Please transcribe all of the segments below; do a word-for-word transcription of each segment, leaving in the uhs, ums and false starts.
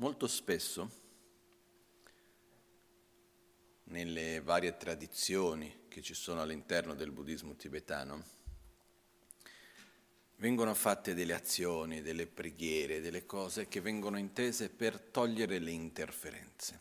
Molto spesso, nelle varie tradizioni che ci sono all'interno del buddismo tibetano, vengono fatte delle azioni, delle preghiere, delle cose che vengono intese per togliere le interferenze.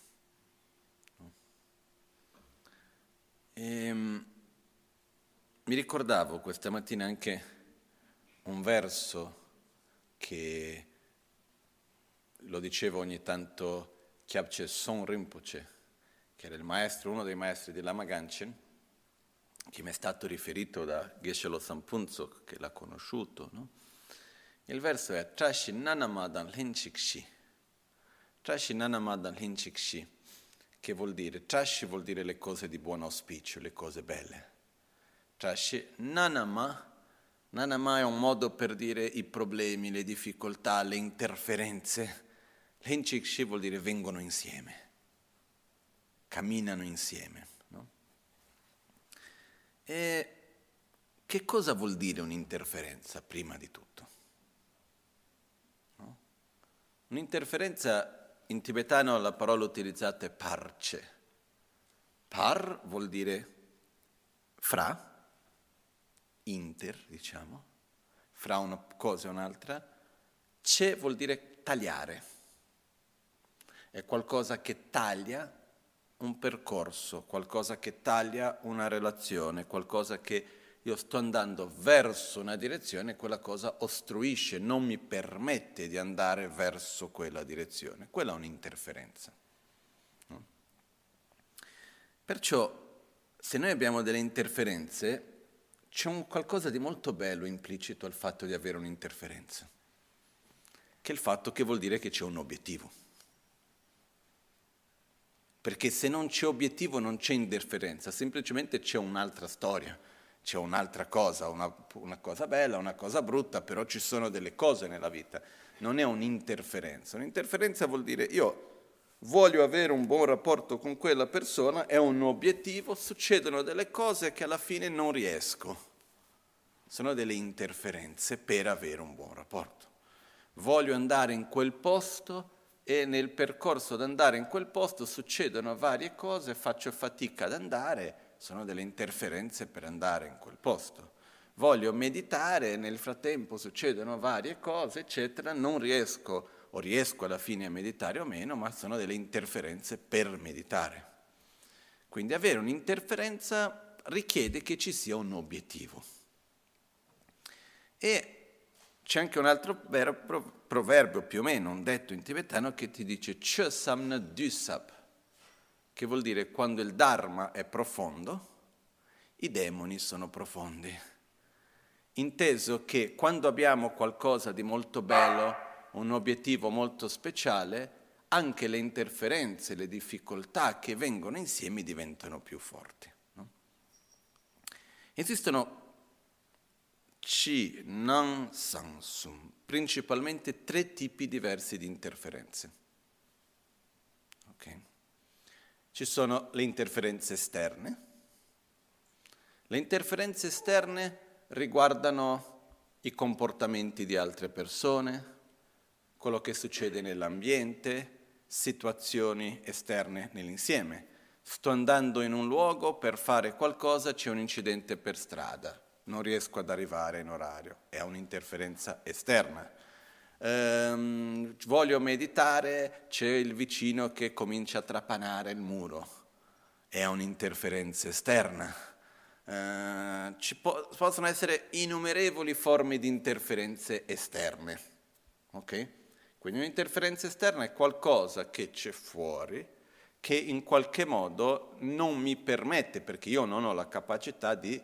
E, mi ricordavo questa mattina anche un verso che lo dicevo ogni tanto Kyabche Son Rinpoche, che era il maestro, uno dei maestri di Lama Ganchen, che mi è stato riferito da Geshe-lo Sampunzok, che l'ha conosciuto, no? Il verso è Trashi Nanamadan Linchikshi. Trashi Nanamadan Linchikshi, che vuol dire, Trashi vuol dire le cose di buon auspicio, le cose belle. Trashi Nanama, Nanama è un modo per dire i problemi, le difficoltà, le interferenze. Linchikshi vuol dire vengono insieme, camminano insieme. No? E che cosa vuol dire un'interferenza, prima di tutto? No? Un'interferenza, in tibetano la parola utilizzata è parche. Par vuol dire fra, inter, diciamo, fra una cosa e un'altra. Ce vuol dire tagliare. È qualcosa che taglia un percorso, qualcosa che taglia una relazione, qualcosa che io sto andando verso una direzione e quella cosa ostruisce, non mi permette di andare verso quella direzione. Quella è un'interferenza. No? Perciò, se noi abbiamo delle interferenze, c'è un qualcosa di molto bello implicito al fatto di avere un'interferenza, che è il fatto che vuol dire che c'è un obiettivo. Perché se non c'è obiettivo non c'è interferenza, semplicemente c'è un'altra storia, c'è un'altra cosa, una, una cosa bella, una cosa brutta, però ci sono delle cose nella vita, non è un'interferenza. Un'interferenza vuol dire io voglio avere un buon rapporto con quella persona, è un obiettivo, succedono delle cose che alla fine non riesco, sono delle interferenze per avere un buon rapporto. Voglio andare in quel posto e nel percorso ad andare in quel posto succedono varie cose, faccio fatica ad andare, sono delle interferenze per andare in quel posto. Voglio meditare, nel frattempo succedono varie cose, eccetera, non riesco o riesco alla fine a meditare o meno, ma sono delle interferenze per meditare. Quindi avere un'interferenza richiede che ci sia un obiettivo. E c'è anche un altro proverbio, più o meno, un detto in tibetano, che ti dice Chö Samna Dusab, che vuol dire quando il Dharma è profondo, i demoni sono profondi. Inteso che quando abbiamo qualcosa di molto bello, un obiettivo molto speciale, anche le interferenze, le difficoltà che vengono insieme diventano più forti. No? Esistono Chi Nan San Sum, principalmente tre tipi diversi di interferenze. Okay. Ci sono le interferenze esterne. Le interferenze esterne riguardano i comportamenti di altre persone, quello che succede nell'ambiente, situazioni esterne nell'insieme. Sto andando in un luogo per fare qualcosa, c'è un incidente per strada. Non riesco ad arrivare in orario, è un'interferenza esterna. Ehm, voglio meditare, c'è il vicino che comincia a trapanare il muro, è un'interferenza esterna. Ehm, ci po- possono essere innumerevoli forme di interferenze esterne. Ok? Quindi un'interferenza esterna è qualcosa che c'è fuori, che in qualche modo non mi permette, perché io non ho la capacità di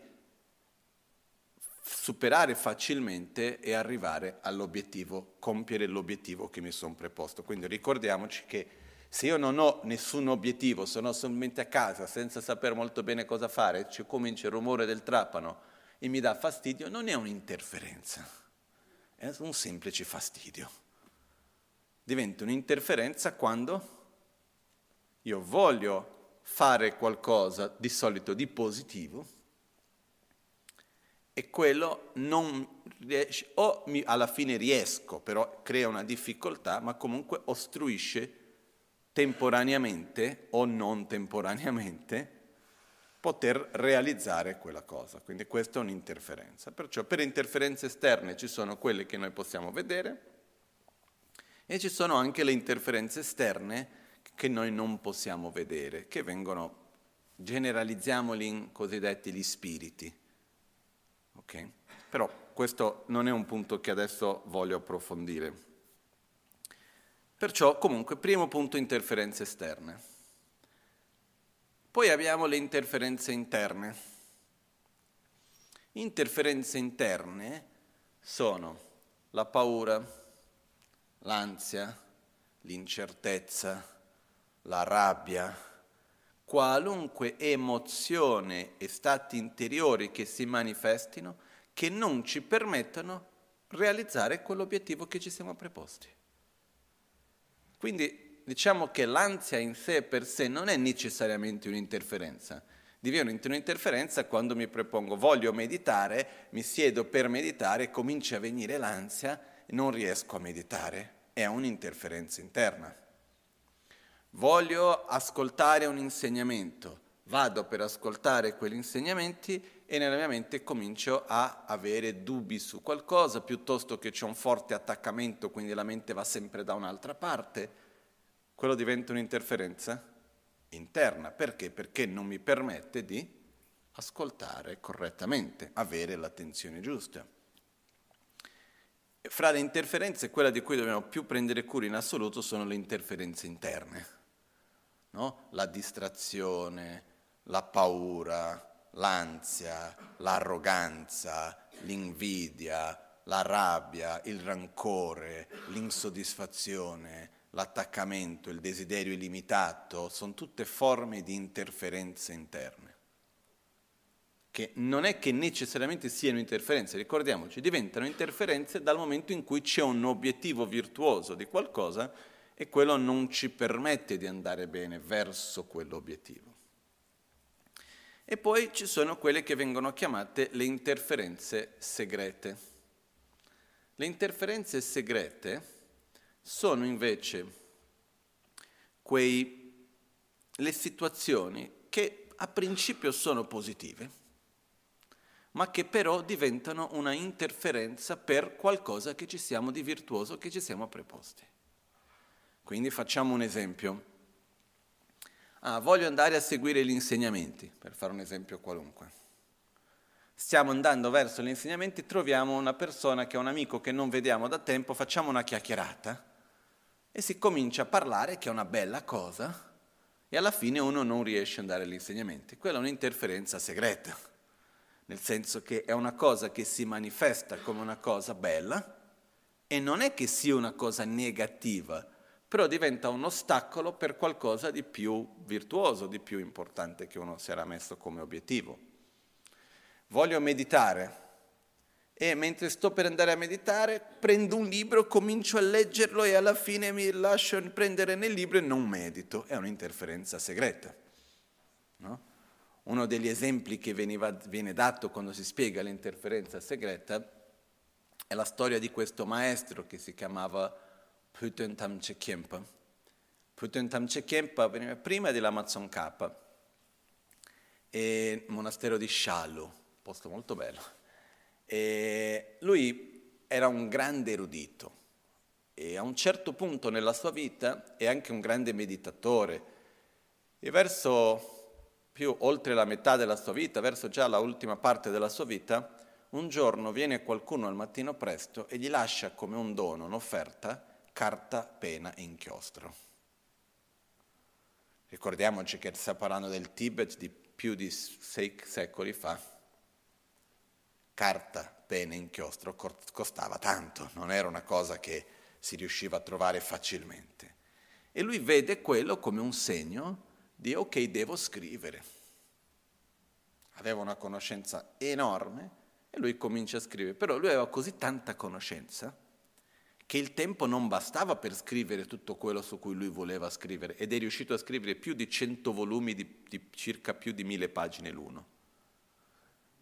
superare facilmente e arrivare all'obiettivo, compiere l'obiettivo che mi sono preposto. Quindi ricordiamoci che se io non ho nessun obiettivo, sono solamente a casa senza sapere molto bene cosa fare, ci comincia il rumore del trapano e mi dà fastidio, non è un'interferenza, è un semplice fastidio. Diventa un'interferenza quando io voglio fare qualcosa di solito di positivo, e quello non riesce, o mi, alla fine riesco, però crea una difficoltà, ma comunque ostruisce temporaneamente o non temporaneamente poter realizzare quella cosa. Quindi questa è un'interferenza. Perciò per interferenze esterne ci sono quelle che noi possiamo vedere e ci sono anche le interferenze esterne che noi non possiamo vedere, che vengono, generalizziamoli in cosiddetti gli spiriti. Ok? Però questo non è un punto che adesso voglio approfondire. Perciò, comunque, primo punto, interferenze esterne. Poi abbiamo le interferenze interne. Interferenze interne sono la paura, l'ansia, l'incertezza, la rabbia, qualunque emozione e stati interiori che si manifestino che non ci permettono realizzare quell'obiettivo che ci siamo preposti. Quindi diciamo che l'ansia in sé per sé non è necessariamente un'interferenza. Diventa un'interferenza quando mi prepongo, voglio meditare, mi siedo per meditare e comincia a venire l'ansia e non riesco a meditare. È un'interferenza interna. Voglio ascoltare un insegnamento, vado per ascoltare quegli insegnamenti e nella mia mente comincio a avere dubbi su qualcosa, piuttosto che c'è un forte attaccamento, quindi la mente va sempre da un'altra parte. Quello diventa un'interferenza interna. Perché? Perché non mi permette di ascoltare correttamente, avere l'attenzione giusta. Fra le interferenze, quella di cui dobbiamo più prendere cura in assoluto sono le interferenze interne. No? La distrazione, la paura, l'ansia, l'arroganza, l'invidia, la rabbia, il rancore, l'insoddisfazione, l'attaccamento, il desiderio illimitato, sono tutte forme di interferenze interne, che non è che necessariamente siano interferenze, ricordiamoci, diventano interferenze dal momento in cui c'è un obiettivo virtuoso di qualcosa e quello non ci permette di andare bene verso quell'obiettivo. E poi ci sono quelle che vengono chiamate le interferenze segrete. Le interferenze segrete sono invece quei, le situazioni che a principio sono positive, ma che però diventano una interferenza per qualcosa che ci siamo di virtuoso, che ci siamo preposti. Quindi facciamo un esempio. Ah, voglio andare a seguire gli insegnamenti, per fare un esempio qualunque. Stiamo andando verso gli insegnamenti, troviamo una persona che è un amico che non vediamo da tempo, facciamo una chiacchierata e si comincia a parlare, che è una bella cosa, e alla fine uno non riesce ad andare agli insegnamenti. Quella è un'interferenza segreta, nel senso che è una cosa che si manifesta come una cosa bella e non è che sia una cosa negativa, però diventa un ostacolo per qualcosa di più virtuoso, di più importante che uno si era messo come obiettivo. Voglio meditare e mentre sto per andare a meditare prendo un libro, comincio a leggerlo e alla fine mi lascio prendere nel libro e non medito. È un'interferenza segreta, no? Uno degli esempi che veniva, viene dato quando si spiega l'interferenza segreta è la storia di questo maestro che si chiamava Puten Tamche Khenpa. Puten Tamche Khenpa veniva prima dell'Amazon Kappa, e monastero di Shalu, posto molto bello. E lui era un grande erudito e a un certo punto nella sua vita è anche un grande meditatore e verso più oltre la metà della sua vita, verso già la ultima parte della sua vita, un giorno viene qualcuno al mattino presto e gli lascia come un dono, un'offerta, carta, penna e inchiostro. Ricordiamoci che stiamo parlando del Tibet di più di sei secoli fa. Carta, penna e inchiostro costava tanto, non era una cosa che si riusciva a trovare facilmente. E lui vede quello come un segno di ok, devo scrivere. Aveva una conoscenza enorme e lui comincia a scrivere, però lui aveva così tanta conoscenza che il tempo non bastava per scrivere tutto quello su cui lui voleva scrivere ed è riuscito a scrivere più di cento volumi di, di circa più di mille pagine l'uno.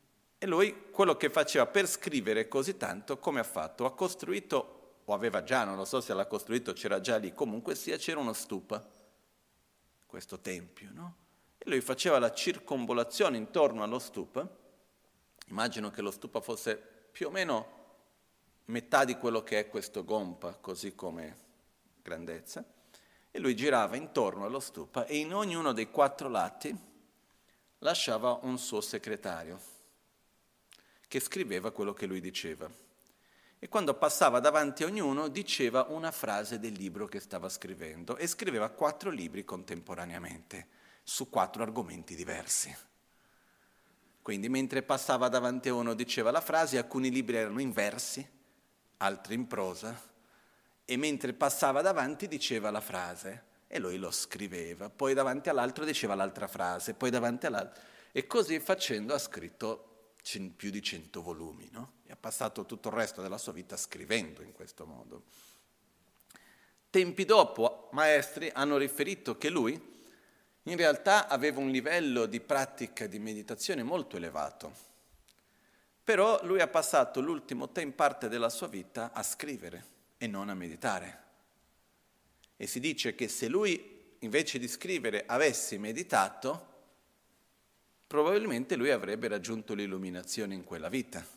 E lui quello che faceva per scrivere così tanto, come ha fatto? Ha costruito, o aveva già, non lo so se l'ha costruito, c'era già lì, comunque sia, c'era uno stupa, questo tempio, no? E lui faceva la circonvolazione intorno allo stupa, immagino che lo stupa fosse più o meno metà di quello che è questo gompa, così come grandezza, e lui girava intorno allo stupa e in ognuno dei quattro lati lasciava un suo segretario che scriveva quello che lui diceva. E quando passava davanti a ognuno diceva una frase del libro che stava scrivendo e scriveva quattro libri contemporaneamente su quattro argomenti diversi. Quindi mentre passava davanti a uno diceva la frase, alcuni libri erano in versi, altri in prosa, e mentre passava davanti diceva la frase e lui lo scriveva, poi davanti all'altro diceva l'altra frase, poi davanti all'altro, e così facendo ha scritto più di cento volumi, no? E ha passato tutto il resto della sua vita scrivendo in questo modo. Tempi dopo, maestri hanno riferito che lui in realtà aveva un livello di pratica di meditazione molto elevato, però lui ha passato l'ultimo tempo parte della sua vita a scrivere e non a meditare. E si dice che se lui invece di scrivere avesse meditato, probabilmente lui avrebbe raggiunto l'illuminazione in quella vita.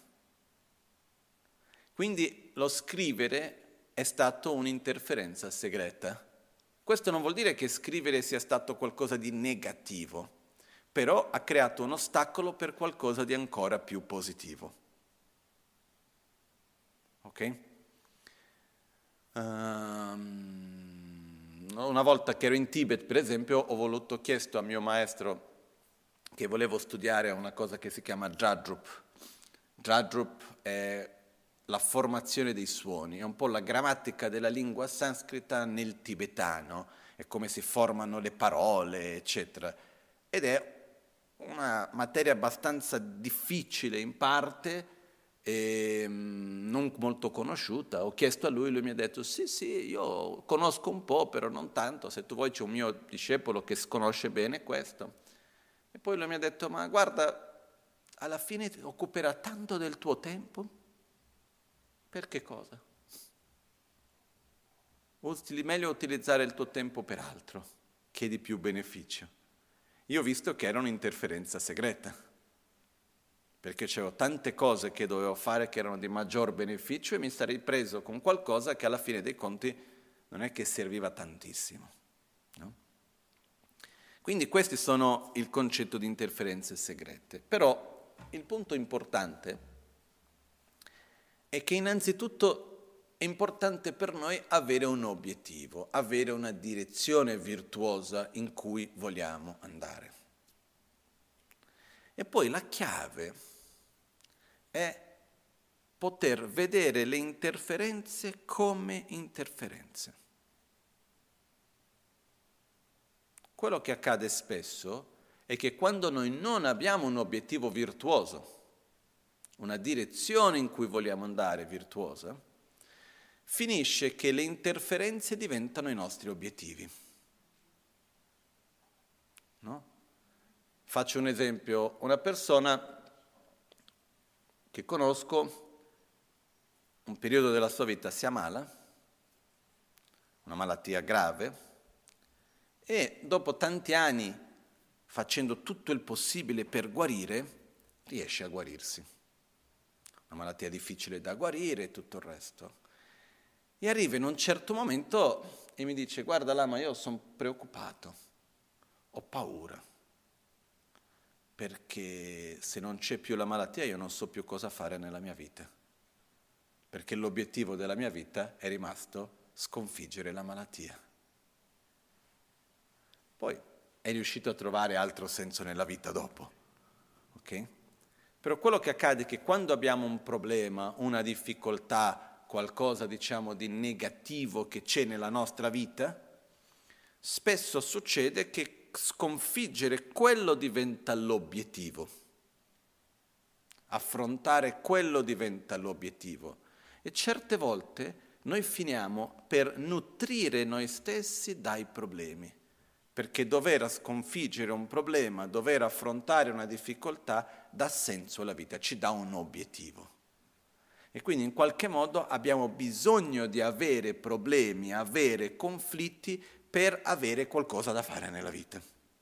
Quindi lo scrivere è stato un'interferenza segreta. Questo non vuol dire che scrivere sia stato qualcosa di negativo, però ha creato un ostacolo per qualcosa di ancora più positivo. Ok? Um, una volta che ero in Tibet, per esempio, ho voluto, ho chiesto a mio maestro che volevo studiare una cosa che si chiama Jadrup. Jadrup è la formazione dei suoni, è un po' la grammatica della lingua sanscrita nel tibetano, è come si formano le parole, eccetera. Ed è una materia abbastanza difficile in parte, e non molto conosciuta. Ho chiesto a lui, lui mi ha detto sì, sì, io conosco un po', però non tanto, se tu vuoi c'è un mio discepolo che conosce bene questo. E poi lui mi ha detto, ma guarda, alla fine occuperà tanto del tuo tempo? Per che cosa? Meglio utilizzare il tuo tempo per altro, che di più beneficio. Io ho visto che era un'interferenza segreta, perché c'avevo tante cose che dovevo fare che erano di maggior beneficio e mi sarei preso con qualcosa che alla fine dei conti non è che serviva tantissimo, no? Quindi questi sono il concetto di interferenze segrete. Però il punto importante è che innanzitutto è importante per noi avere un obiettivo, avere una direzione virtuosa in cui vogliamo andare. E poi la chiave è poter vedere le interferenze come interferenze. Quello che accade spesso è che quando noi non abbiamo un obiettivo virtuoso, una direzione in cui vogliamo andare virtuosa, finisce che le interferenze diventano i nostri obiettivi. No? Faccio un esempio, una persona che conosco, un periodo della sua vita si ammala, una malattia grave, e dopo tanti anni, facendo tutto il possibile per guarire, riesce a guarirsi. Una malattia difficile da guarire e tutto il resto. E arriva in un certo momento e mi dice, guarda Lama, io sono preoccupato, ho paura, perché se non c'è più la malattia io non so più cosa fare nella mia vita, perché l'obiettivo della mia vita è rimasto sconfiggere la malattia. Poi è riuscito a trovare altro senso nella vita dopo, ok? Però quello che accade è che quando abbiamo un problema, una difficoltà, qualcosa diciamo di negativo che c'è nella nostra vita, spesso succede che sconfiggere quello diventa l'obiettivo. Affrontare quello diventa l'obiettivo. E certe volte noi finiamo per nutrire noi stessi dai problemi. Perché dover sconfiggere un problema, dover affrontare una difficoltà, dà senso alla vita, ci dà un obiettivo. E quindi in qualche modo abbiamo bisogno di avere problemi, avere conflitti per avere qualcosa da fare nella vita.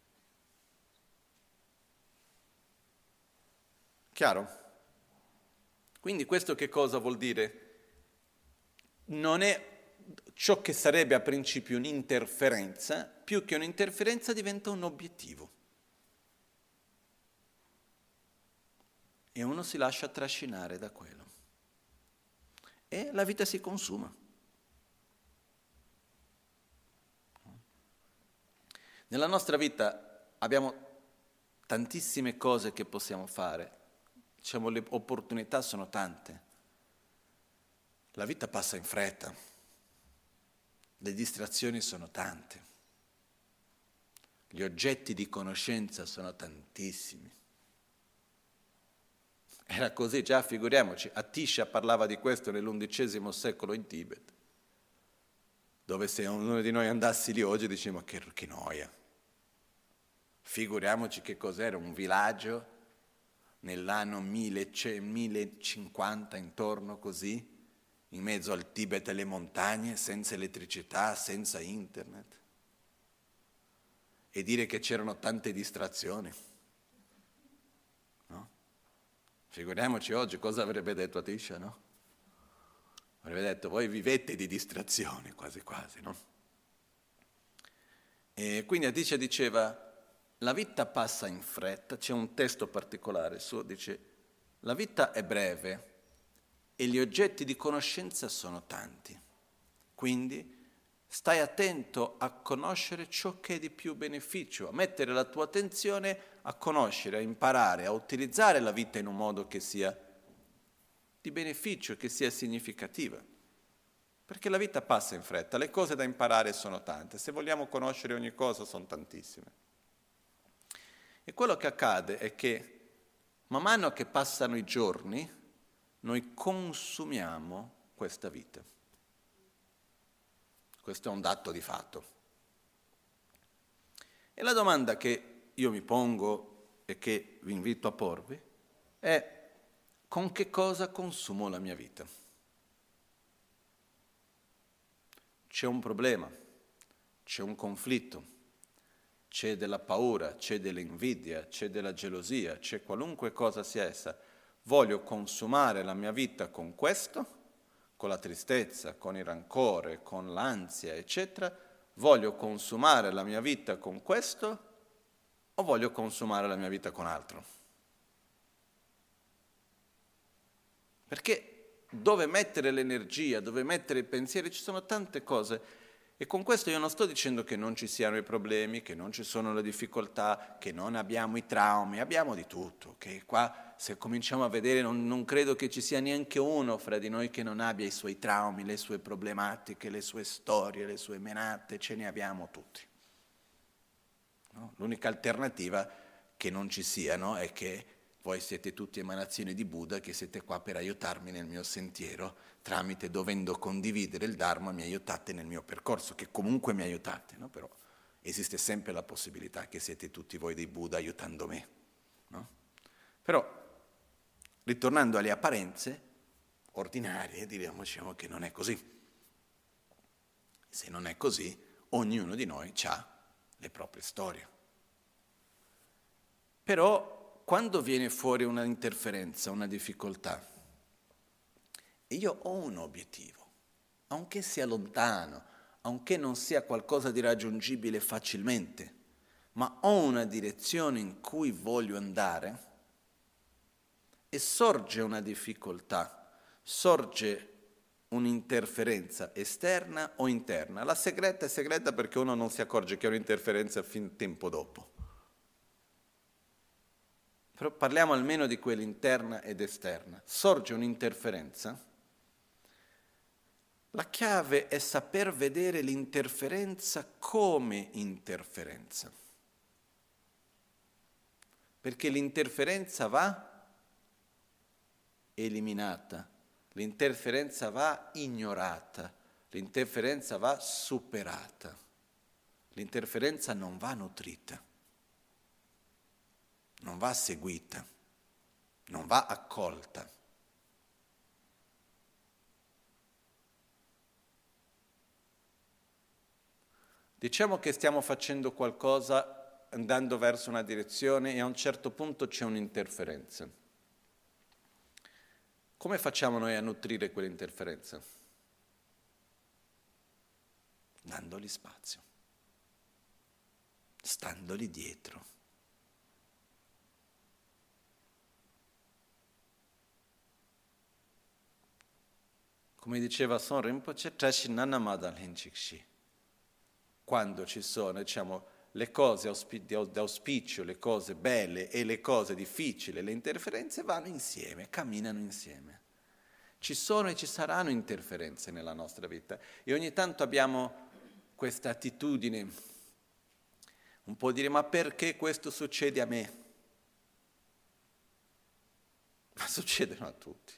Chiaro? Quindi questo che cosa vuol dire? Non è ciò che sarebbe a principio un'interferenza, più che un'interferenza diventa un obiettivo. E uno si lascia trascinare da quello. E la vita si consuma. Nella nostra vita abbiamo tantissime cose che possiamo fare, diciamo le opportunità sono tante. La vita passa in fretta, le distrazioni sono tante, gli oggetti di conoscenza sono tantissimi. Era così, già figuriamoci, Atisha parlava di questo nell'undicesimo secolo in Tibet, dove se uno di noi andassi lì oggi diciamo che, che noia. Figuriamoci che cos'era un villaggio nell'anno millecinquanta intorno così, in mezzo al Tibet e alle montagne, senza elettricità, senza internet. E dire che c'erano tante distrazioni. No? Figuriamoci oggi cosa avrebbe detto Atisha, no? Avrebbe detto, voi vivete di distrazioni, quasi quasi, no? E quindi Atisha diceva, la vita passa in fretta, c'è un testo particolare su, dice, la vita è breve e gli oggetti di conoscenza sono tanti, quindi stai attento a conoscere ciò che è di più beneficio, a mettere la tua attenzione a conoscere, a imparare, a utilizzare la vita in un modo che sia di beneficio, che sia significativa. Perché la vita passa in fretta, le cose da imparare sono tante, se vogliamo conoscere ogni cosa sono tantissime. E quello che accade è che man mano che passano i giorni, noi consumiamo questa vita. Questo è un dato di fatto. E la domanda che io mi pongo e che vi invito a porvi è: con che cosa consumo la mia vita? C'è un problema, c'è un conflitto, c'è della paura, c'è dell'invidia, c'è della gelosia, c'è qualunque cosa sia essa. Voglio consumare la mia vita con questo, con la tristezza, con il rancore, con l'ansia, eccetera. Voglio consumare la mia vita con questo o voglio consumare la mia vita con altro? Perché dove mettere l'energia, dove mettere i pensieri, ci sono tante cose. E con questo io non sto dicendo che non ci siano i problemi, che non ci sono le difficoltà, che non abbiamo i traumi, abbiamo di tutto. Che qua, se cominciamo a vedere, non, non credo che ci sia neanche uno fra di noi che non abbia i suoi traumi, le sue problematiche, le sue storie, le sue menate, ce ne abbiamo tutti. No? L'unica alternativa che non ci siano è che voi siete tutti emanazioni di Buddha, che siete qua per aiutarmi nel mio sentiero, tramite dovendo condividere il Dharma mi aiutate nel mio percorso, che comunque mi aiutate, no? Però esiste sempre la possibilità che siete tutti voi dei Buddha aiutando me, no? Però, ritornando alle apparenze ordinarie, diciamo che non è così. Se non è così, ognuno di noi ha le proprie storie. Però, quando viene fuori una interferenza, una difficoltà, e io ho un obiettivo, aunque sia lontano, aunque non sia qualcosa di raggiungibile facilmente, ma ho una direzione in cui voglio andare, e sorge una difficoltà, sorge un'interferenza esterna o interna. La segreta è segreta perché uno non si accorge che è un'interferenza fin tempo dopo. Però parliamo almeno di quella interna ed esterna. Sorge un'interferenza. La chiave è saper vedere l'interferenza come interferenza. Perché l'interferenza va eliminata, l'interferenza va ignorata, l'interferenza va superata, l'interferenza non va nutrita, non va seguita. non va accolta. Diciamo che stiamo facendo qualcosa andando verso una direzione e a un certo punto c'è un'interferenza. Come facciamo noi a nutrire quell'interferenza? Dandogli spazio, standogli dietro. Come diceva Son Rinpoche, Trashi Nanamadan Hinchikshi. Quando ci sono, diciamo, le cose d'auspicio, le cose belle e le cose difficili, le interferenze vanno insieme, camminano insieme. Ci sono e ci saranno interferenze nella nostra vita e ogni tanto abbiamo questa attitudine, un po' dire, ma perché questo succede a me? Ma succedono a tutti.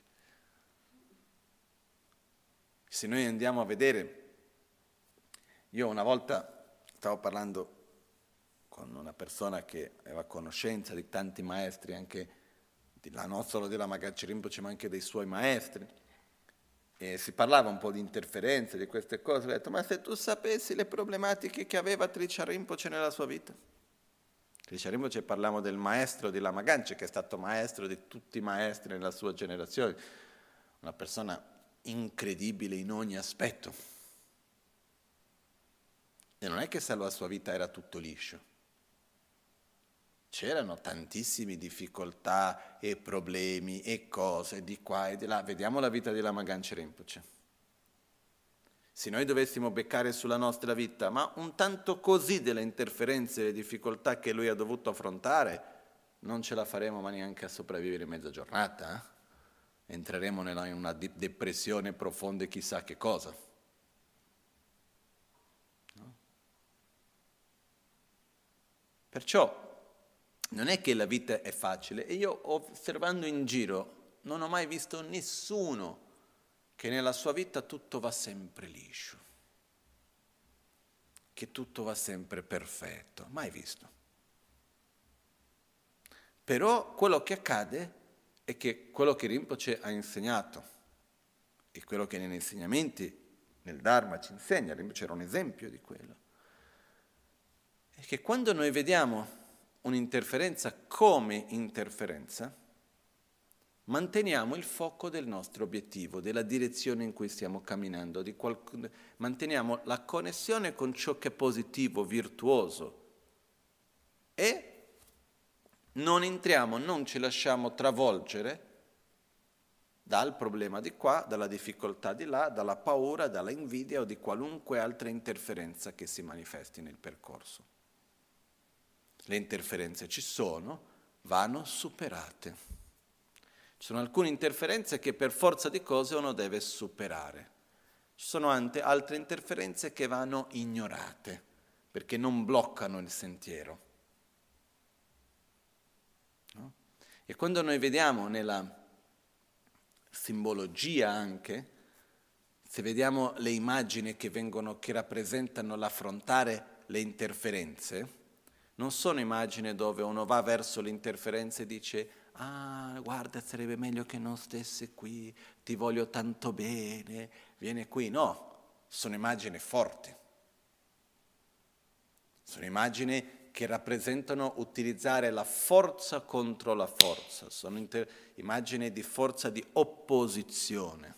Se noi andiamo a vedere, io una volta stavo parlando con una persona che aveva conoscenza di tanti maestri, anche di, non solo della Magancia Rinpoche, ma anche dei suoi maestri, e si parlava un po' di interferenze, di queste cose. Ho detto, ma se tu sapessi le problematiche che aveva Trisha Rinpoche nella sua vita. Trisha Rinpoche, parliamo del maestro di Lama Gangchen, che è stato maestro di tutti i maestri nella sua generazione, una persona incredibile in ogni aspetto. E non è che se la sua vita era tutto liscio. C'erano tantissime difficoltà e problemi e cose di qua e di là. Vediamo la vita di Lama Gangchen Rinpoche. Se noi dovessimo beccare sulla nostra vita, ma un tanto così delle interferenze e le difficoltà che lui ha dovuto affrontare, non ce la faremo ma neanche a sopravvivere mezza giornata. Eh? Entreremo nella, in una depressione profonda e chissà che cosa. Perciò non è che la vita è facile e io osservando in giro non ho mai visto nessuno che nella sua vita tutto va sempre liscio, che tutto va sempre perfetto, mai visto. Però quello che accade è che quello che Rinpoche ha insegnato e quello che negli insegnamenti, nel Dharma ci insegna, Rinpoche era un esempio di quello, è che quando noi vediamo un'interferenza come interferenza, manteniamo il fuoco del nostro obiettivo, della direzione in cui stiamo camminando, di qualc- manteniamo la connessione con ciò che è positivo, virtuoso e non entriamo, non ci lasciamo travolgere dal problema di qua, dalla difficoltà di là, dalla paura, dalla invidia o di qualunque altra interferenza che si manifesti nel percorso. Le interferenze ci sono, vanno superate. Ci sono alcune interferenze che per forza di cose uno deve superare. Ci sono anche altre interferenze che vanno ignorate, perché non bloccano il sentiero. No? E quando noi vediamo nella simbologia anche, se vediamo le immagini che vengono, che rappresentano l'affrontare le interferenze, non sono immagini dove uno va verso l'interferenza e dice ah, guarda, sarebbe meglio che non stesse qui, ti voglio tanto bene, vieni qui. No, sono immagini forti. Sono immagini che rappresentano utilizzare la forza contro la forza. Sono inter- immagini di forza di opposizione,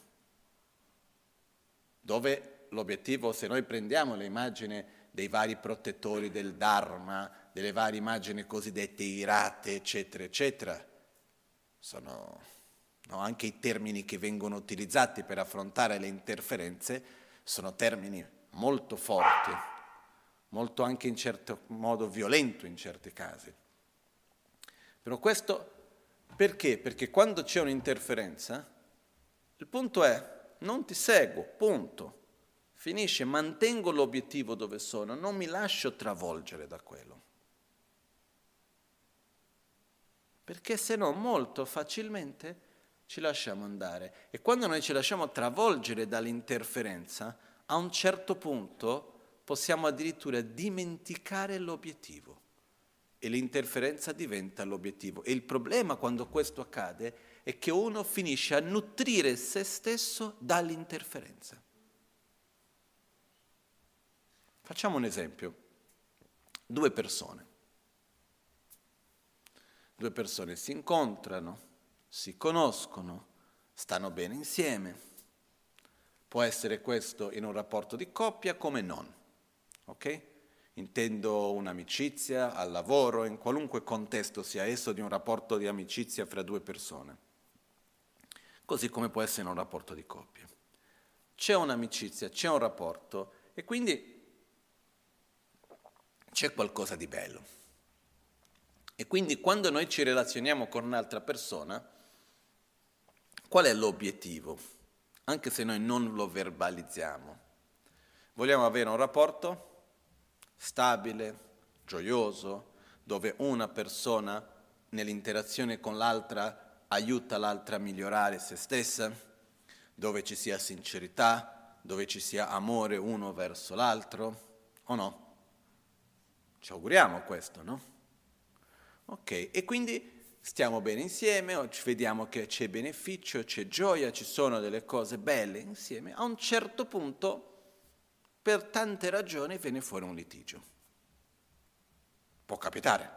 dove l'obiettivo, se noi prendiamo le immagini dei vari protettori del Dharma, delle varie immagini cosiddette irate, eccetera, eccetera, sono no, anche i termini che vengono utilizzati per affrontare le interferenze, sono termini molto forti, molto anche in certo modo violento in certi casi. Però questo perché? Perché quando c'è un'interferenza, il punto è non ti seguo, punto. Finisce, mantengo l'obiettivo dove sono, non mi lascio travolgere da quello. Perché se no molto facilmente ci lasciamo andare. E quando noi ci lasciamo travolgere dall'interferenza, a un certo punto possiamo addirittura dimenticare l'obiettivo. e l'interferenza diventa l'obiettivo. E il problema quando questo accade è che uno finisce a nutrire se stesso dall'interferenza. Facciamo un esempio. Due persone. Due persone si incontrano, si conoscono, stanno bene insieme. Può essere questo in un rapporto di coppia come non, ok? Intendo un'amicizia, al lavoro, in qualunque contesto sia esso di un rapporto di amicizia fra due persone. Così come può essere in un rapporto di coppia. C'è un'amicizia, c'è un rapporto e quindi c'è qualcosa di bello. E quindi quando noi ci relazioniamo con un'altra persona, qual è l'obiettivo? Anche se noi non lo verbalizziamo. Vogliamo avere un rapporto stabile, gioioso, dove una persona nell'interazione con l'altra aiuta l'altra a migliorare se stessa, dove ci sia sincerità, dove ci sia amore uno verso l'altro, o no? Ci auguriamo questo, no? Ok, e quindi stiamo bene insieme, ci vediamo che c'è beneficio, c'è gioia, ci sono delle cose belle insieme. A un certo punto, per tante ragioni, viene fuori un litigio. Può capitare.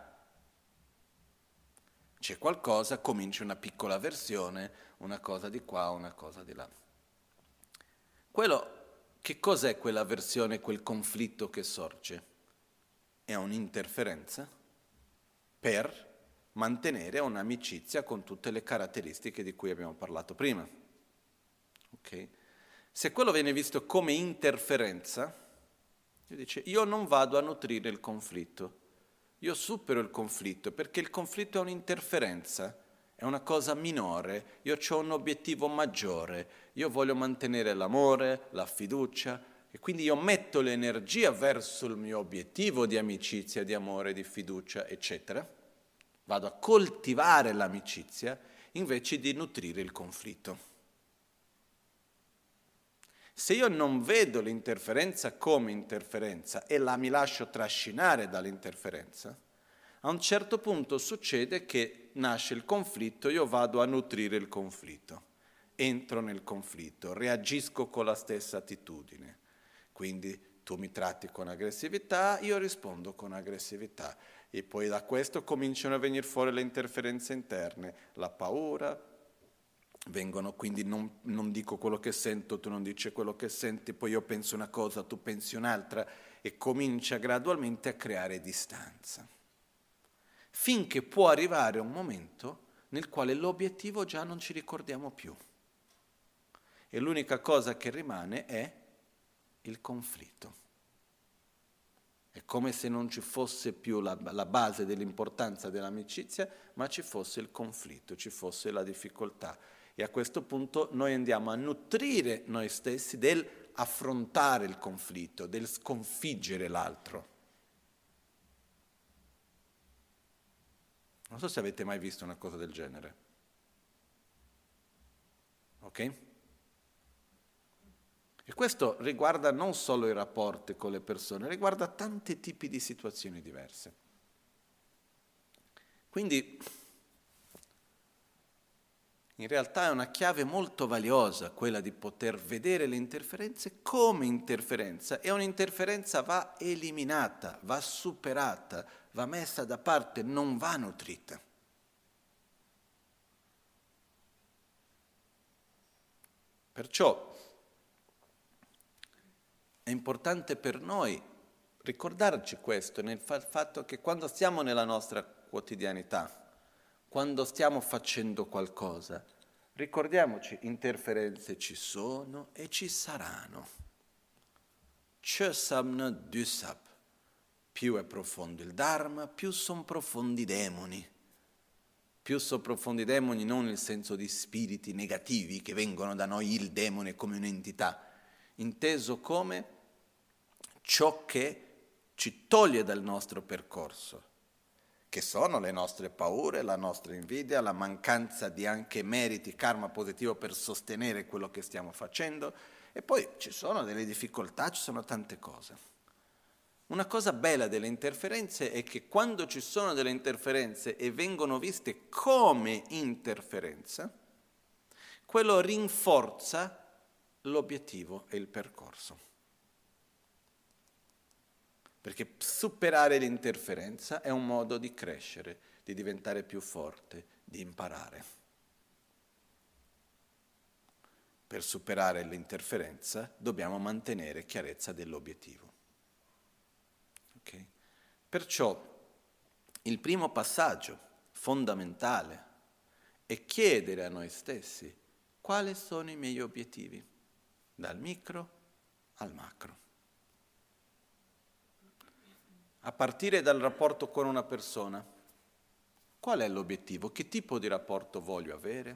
C'è qualcosa, comincia una piccola versione, una cosa di qua, una cosa di là. Quello, che cos'è quella versione, quel conflitto che sorge? È un'interferenza per mantenere un'amicizia con tutte le caratteristiche di cui abbiamo parlato prima. Okay? Se quello viene visto come interferenza, io dice, io non vado a nutrire il conflitto, io supero il conflitto, perché il conflitto è un'interferenza, è una cosa minore, io ho un obiettivo maggiore, io voglio mantenere l'amore, la fiducia, e quindi io metto l'energia verso il mio obiettivo di amicizia, di amore, di fiducia, eccetera. Vado a coltivare l'amicizia invece di nutrire il conflitto. Se io non vedo l'interferenza come interferenza e la mi lascio trascinare dall'interferenza, a un certo punto succede che nasce il conflitto, io vado a nutrire il conflitto, entro nel conflitto, reagisco con la stessa attitudine. Quindi tu mi tratti con aggressività, io rispondo con aggressività. E poi da questo cominciano a venire fuori le interferenze interne, la paura, vengono quindi non, non dico quello che sento, tu non dici quello che senti, poi io penso una cosa, tu pensi un'altra, e comincia gradualmente a creare distanza. Finché può arrivare un momento nel quale l'obiettivo già non ci ricordiamo più. E l'unica cosa che rimane è il conflitto. È come se non ci fosse più la, la base dell'importanza dell'amicizia, ma ci fosse il conflitto, ci fosse la difficoltà. E a questo punto noi andiamo a nutrire noi stessi del affrontare il conflitto, del sconfiggere l'altro. Non so se avete mai visto una cosa del genere. Ok? E questo riguarda non solo i rapporti con le persone, riguarda tanti tipi di situazioni diverse. Quindi, in realtà è una chiave molto valiosa quella di poter vedere le interferenze come interferenza, e un'interferenza va eliminata, va superata, va messa da parte, non va nutrita. Perciò è importante per noi ricordarci questo, nel fatto che quando stiamo nella nostra quotidianità, quando stiamo facendo qualcosa, ricordiamoci, interferenze ci sono e ci saranno. C'è samna dusap. Più è profondo il Dharma, più sono profondi i demoni. Più sono profondi i demoni non nel senso di spiriti negativi che vengono da noi, il demone come un'entità, inteso come ciò che ci toglie dal nostro percorso, che sono le nostre paure, la nostra invidia, la mancanza di anche meriti, karma positivo per sostenere quello che stiamo facendo, e poi ci sono delle difficoltà, ci sono tante cose. Una cosa bella delle interferenze è che quando ci sono delle interferenze e vengono viste come interferenza, quello rinforza l'obiettivo e il percorso. Perché superare l'interferenza è un modo di crescere, di diventare più forte, di imparare. Per superare l'interferenza dobbiamo mantenere chiarezza dell'obiettivo. Okay? Perciò il primo passaggio fondamentale è chiedere a noi stessi quali sono i miei obiettivi, dal micro al macro. A partire dal rapporto con una persona, qual è l'obiettivo? Che tipo di rapporto voglio avere?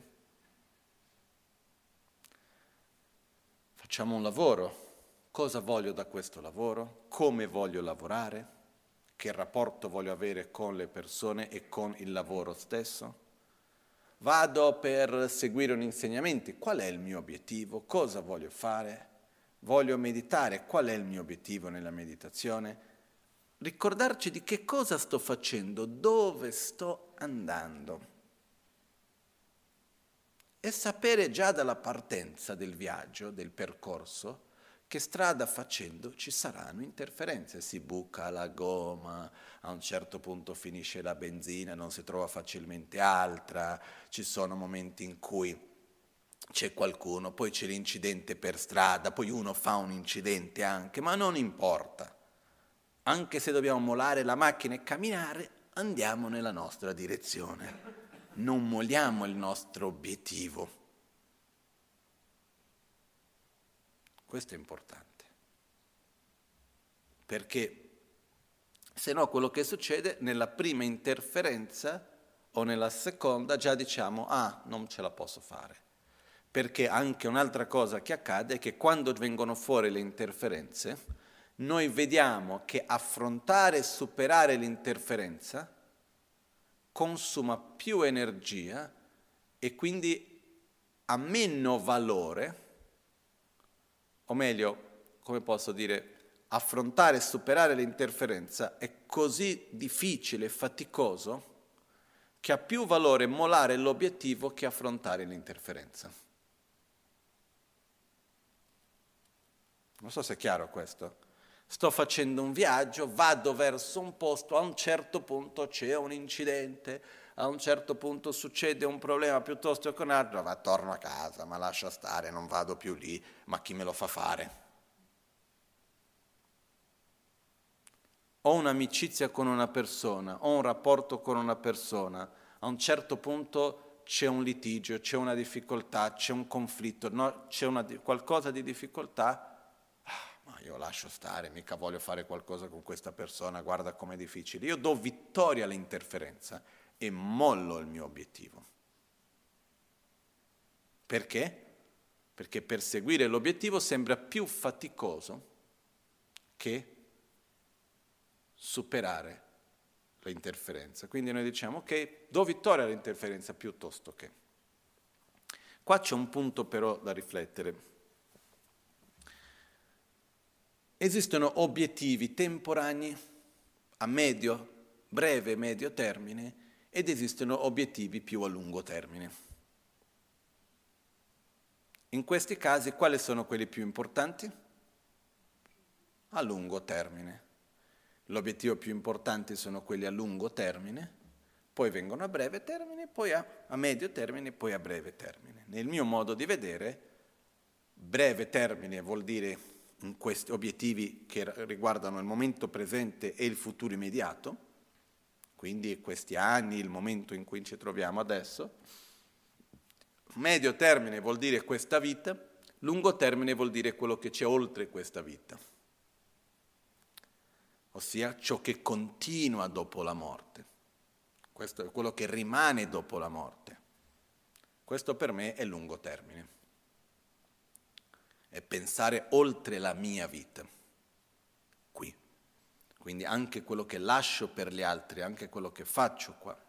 Facciamo un lavoro. Cosa voglio da questo lavoro? Come voglio lavorare? Che rapporto voglio avere con le persone e con il lavoro stesso? Vado per seguire un insegnamento. Qual è il mio obiettivo? Cosa voglio fare? Voglio meditare. Qual è il mio obiettivo nella meditazione? Ricordarci di che cosa sto facendo, dove sto andando. E sapere già dalla partenza del viaggio, del percorso, che strada facendo ci saranno interferenze. Si buca la gomma, a un certo punto finisce la benzina, non si trova facilmente altra, ci sono momenti in cui c'è qualcuno, poi c'è l'incidente per strada, poi uno fa un incidente anche, ma non importa. Anche se dobbiamo mollare la macchina e camminare, andiamo nella nostra direzione. Non molliamo il nostro obiettivo. Questo è importante. Perché se no quello che succede nella prima interferenza o nella seconda già diciamo ah, non ce la posso fare. Perché anche un'altra cosa che accade è che quando vengono fuori le interferenze noi vediamo che affrontare e superare l'interferenza consuma più energia e quindi ha meno valore, o meglio, come posso dire, affrontare e superare l'interferenza è così difficile e faticoso che ha più valore molare l'obiettivo che affrontare l'interferenza. Non so se è chiaro questo. Sto facendo un viaggio, vado verso un posto, a un certo punto c'è un incidente, a un certo punto succede un problema piuttosto che un altro, va, torno a casa, ma lascia stare, non vado più lì, ma chi me lo fa fare? Ho un'amicizia con una persona, ho un rapporto con una persona, a un certo punto c'è un litigio, c'è una difficoltà, c'è un conflitto, no? C'è una, qualcosa di difficoltà, ma io lascio stare, mica voglio fare qualcosa con questa persona, guarda com'è difficile. Io do vittoria all'interferenza e mollo il mio obiettivo. Perché? Perché perseguire l'obiettivo sembra più faticoso che superare l'interferenza. Quindi noi diciamo ok, do vittoria all'interferenza piuttosto che. Qua c'è un punto però da riflettere. Esistono obiettivi temporanei a medio, breve e medio termine ed esistono obiettivi più a lungo termine. In questi casi quali sono quelli più importanti? A lungo termine. L'obiettivo più importante sono quelli a lungo termine, poi vengono a breve termine, poi a, a medio termine, poi a breve termine. Nel mio modo di vedere, breve termine vuol dire in questi obiettivi che riguardano il momento presente e il futuro immediato, quindi questi anni, il momento in cui ci troviamo adesso. Medio termine vuol dire questa vita, lungo termine vuol dire quello che c'è oltre questa vita, ossia ciò che continua dopo la morte. Questo è quello che rimane dopo la morte. Questo per me è lungo termine. È pensare oltre la mia vita, qui. Quindi anche quello che lascio per gli altri, anche quello che faccio qua.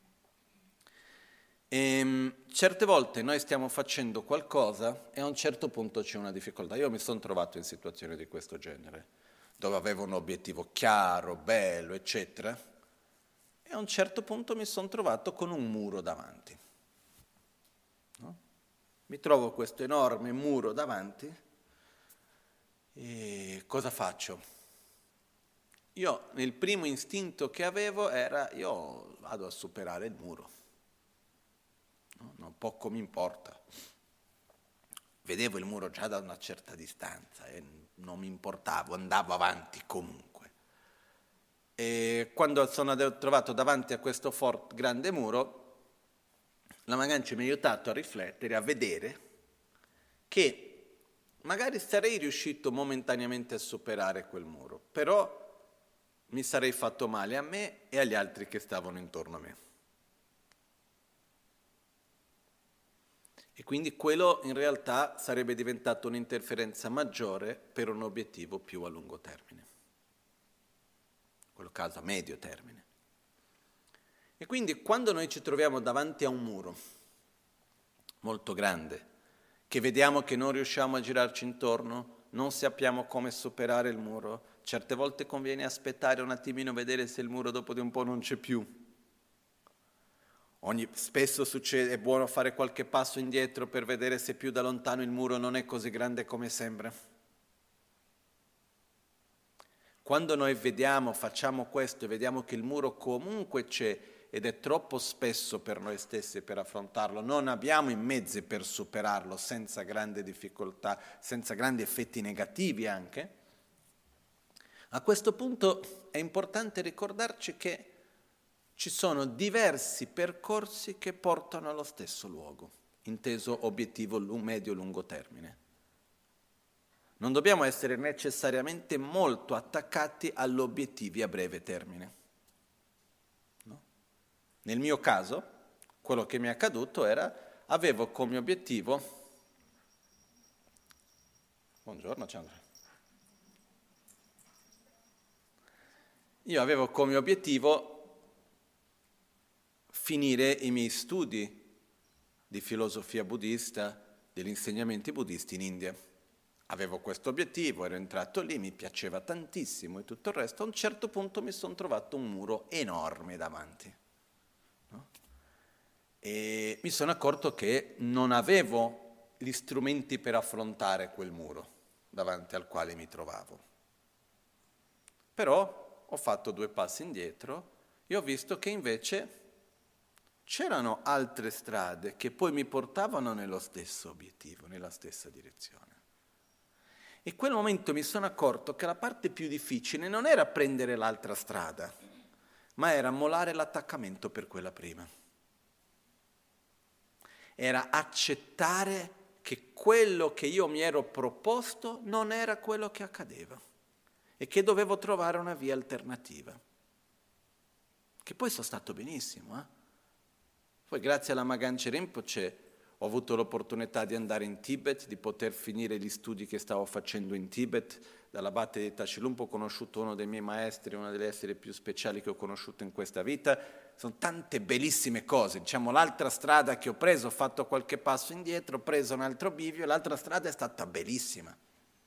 E certe volte noi stiamo facendo qualcosa e a un certo punto c'è una difficoltà. Io mi sono trovato in situazioni di questo genere, dove avevo un obiettivo chiaro, bello, eccetera, e a un certo punto mi sono trovato con un muro davanti. No? Mi trovo questo enorme muro davanti e cosa faccio? Io, nel primo istinto che avevo era io vado a superare il muro. No? Non poco mi importa. Vedevo il muro già da una certa distanza e non mi importavo, andavo avanti comunque. E quando sono trovato davanti a questo forte, grande muro, la Magancia mi ha aiutato a riflettere, a vedere che magari sarei riuscito momentaneamente a superare quel muro, però mi sarei fatto male a me e agli altri che stavano intorno a me. E quindi quello in realtà sarebbe diventato un'interferenza maggiore per un obiettivo più a lungo termine. In quello caso a medio termine. E quindi quando noi ci troviamo davanti a un muro molto grande, che vediamo che non riusciamo a girarci intorno, non sappiamo come superare il muro, certe volte conviene aspettare un attimino, vedere se il muro dopo di un po' non c'è più. Ogni, spesso succede, è buono fare qualche passo indietro per vedere se più da lontano il muro non è così grande come sembra. Quando noi vediamo, facciamo questo e vediamo che il muro comunque c'è ed è troppo spesso per noi stessi per affrontarlo, non abbiamo i mezzi per superarlo senza grande difficoltà, senza grandi effetti negativi anche, a questo punto è importante ricordarci che ci sono diversi percorsi che portano allo stesso luogo, inteso obiettivo medio-lungo termine. Non dobbiamo essere necessariamente molto attaccati agli obiettivi a breve termine. No? Nel mio caso, quello che mi è accaduto era, avevo come obiettivo... Buongiorno, Chandra. Io avevo come obiettivo finire i miei studi di filosofia buddista, degli insegnamenti buddisti in India. Avevo questo obiettivo, ero entrato lì, mi piaceva tantissimo e tutto il resto. A un certo punto mi sono trovato un muro enorme davanti. No? E mi sono accorto che non avevo gli strumenti per affrontare quel muro davanti al quale mi trovavo. Però ho fatto due passi indietro e ho visto che invece c'erano altre strade che poi mi portavano nello stesso obiettivo, nella stessa direzione. E in quel momento mi sono accorto che la parte più difficile non era prendere l'altra strada, ma era mollare l'attaccamento per quella prima. Era accettare che quello che io mi ero proposto non era quello che accadeva e che dovevo trovare una via alternativa. Che poi sono stato benissimo, eh? Poi grazie alla Magancia Rinpoche ho avuto l'opportunità di andare in Tibet, di poter finire gli studi che stavo facendo in Tibet. Dall'abate di Tashilhunpo ho conosciuto uno dei miei maestri, una delle esseri più speciali che ho conosciuto in questa vita. Sono tante bellissime cose. Diciamo, l'altra strada che ho preso, ho fatto qualche passo indietro, ho preso un altro bivio, l'altra strada è stata bellissima.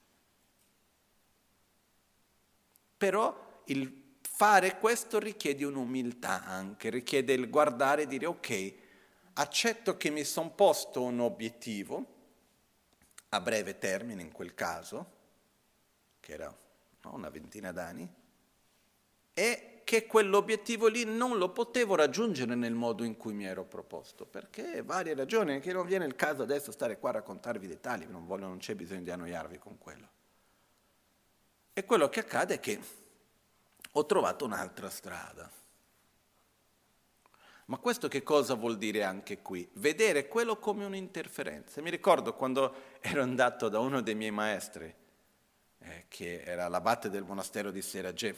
Però il fare questo richiede un'umiltà anche, richiede il guardare e dire ok, accetto che mi sono posto un obiettivo, a breve termine in quel caso, che era no, una ventina d'anni, e che quell'obiettivo lì non lo potevo raggiungere nel modo in cui mi ero proposto, perché varie ragioni, che non viene il caso adesso stare qua a raccontarvi i dettagli, non, voglio, non c'è bisogno di annoiarvi con quello. E quello che accade è che ho trovato un'altra strada. Ma questo che cosa vuol dire anche qui? Vedere quello come un'interferenza. Mi ricordo quando ero andato da uno dei miei maestri, eh, che era l'abate del monastero di Seraje,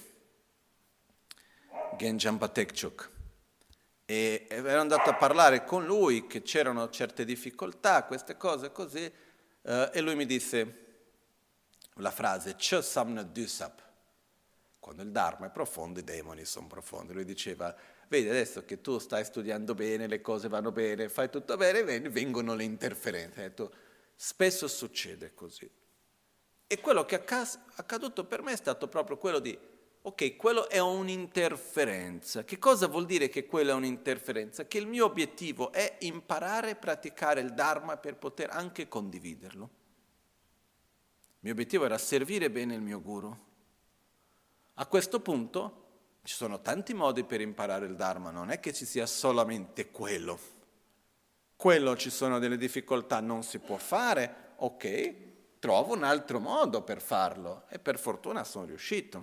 Genjan Patekchuk, e ero andato a parlare con lui che c'erano certe difficoltà, queste cose così, eh, e lui mi disse la frase Chö Samna Dusap. Quando il Dharma è profondo, i demoni sono profondi. Lui diceva, vedi adesso che tu stai studiando bene, le cose vanno bene, fai tutto bene, vengono le interferenze. Ha detto, spesso succede così. E quello che è accaduto per me è stato proprio quello di, ok, quello è un'interferenza. Che cosa vuol dire che quello è un'interferenza? Che il mio obiettivo è imparare a praticare il Dharma per poter anche condividerlo. Il mio obiettivo era servire bene il mio guru. A questo punto ci sono tanti modi per imparare il Dharma, non è che ci sia solamente quello. Quello ci sono delle difficoltà, non si può fare, ok, trovo un altro modo per farlo e per fortuna sono riuscito.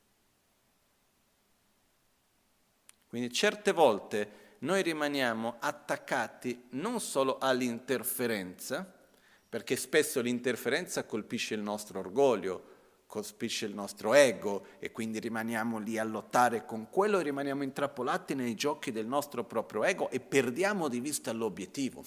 Quindi certe volte noi rimaniamo attaccati non solo all'interferenza, perché spesso l'interferenza colpisce il nostro orgoglio, colpisce il nostro ego e quindi rimaniamo lì a lottare con quello e rimaniamo intrappolati nei giochi del nostro proprio ego e perdiamo di vista l'obiettivo.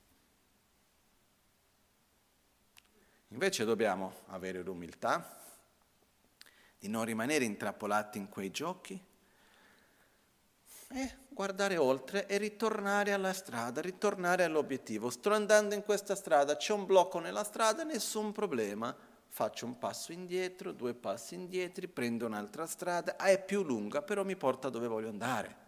Invece dobbiamo avere l'umiltà di non rimanere intrappolati in quei giochi e guardare oltre e ritornare alla strada, ritornare all'obiettivo. Sto andando in questa strada, c'è un blocco nella strada, nessun problema. Faccio un passo indietro, due passi indietro, prendo un'altra strada, ah, è più lunga, però mi porta dove voglio andare.